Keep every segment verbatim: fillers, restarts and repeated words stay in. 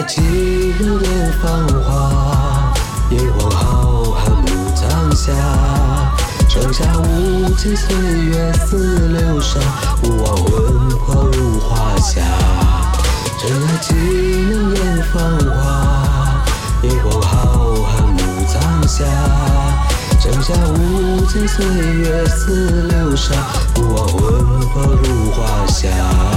几流年芳华，炎黄浩瀚墓葬下，剩下无尽岁月似流沙，不忘魂魄如华夏。真爱几流年芳华，炎黄浩瀚墓葬下，剩下无尽岁月似流沙，不忘魂魄如华夏。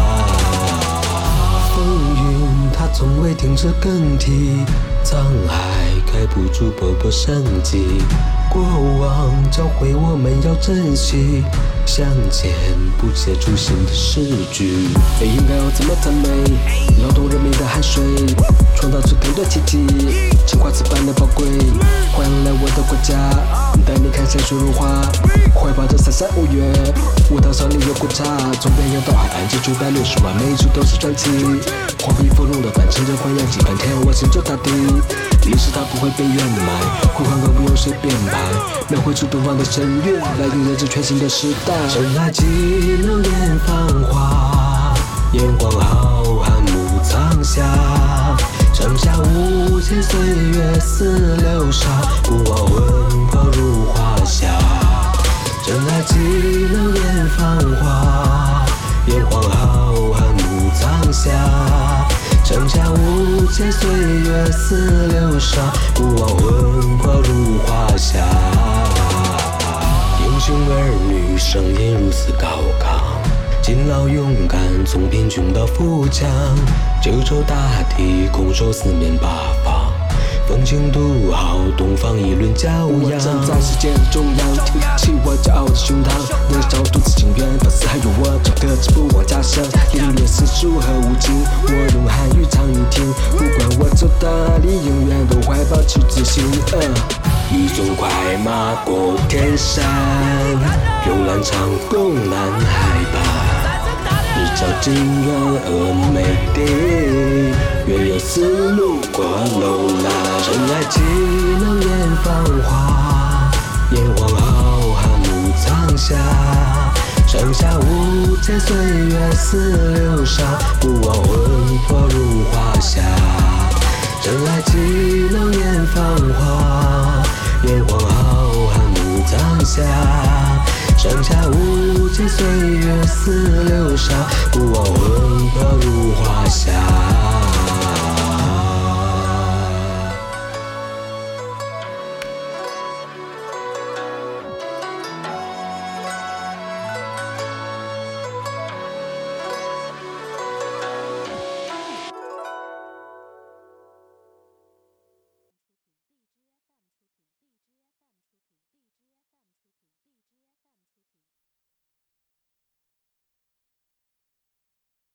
风云它从未停止更替，沧海盖不住勃勃生机。过往教会我们要珍惜，向前不写出新的诗句。 应该要怎么赞美劳动人民的汗水，创造出更多奇迹，情怀此般的宝贵。欢迎来我的国家，带你看山水如画，怀抱着三山五岳，舞蹈上里有古刹，从边缘到海岸，几九百六十万，每一处都是传奇。黄皮肤龙的翻乘着欢阳几番天，我心中大地，历史它不会被掩埋，辉煌更不用谁编排，描绘出东方的神韵，来迎接这全新的时代。 真爱几流年芳华，炎黄浩瀚墓葬下，剩下无尽岁月似流沙，不忘魂魄如华夏。真爱几流年芳华，炎黄浩瀚墓葬下，剩下无尽岁月似流沙，不忘魂魄如华夏。英雄儿女声音如此高亢，勤劳勇敢从贫穷到富强，九州大地拱手四面八方，风情独好，东方一轮骄阳。 我站在世界的中央，挺起我骄傲的胸膛，年少独自情愿，到死还有我，这个志不忘家乡，历练世俗和无尽，我用汉语唱你听，不管我走到哪里，永远都怀抱起自信。呃一纵快马过天山，游览长空南海畔，日照金渊峨眉地，月有丝路过楼兰。真爱几流年芳华，炎黄浩瀚墓葬下，剩下无尽岁月似流沙，不忘魂魄如华夏。真爱几流年芳华，炎黄浩瀚墓葬下，剩下无尽岁月似流沙，不忘魂魄如华夏。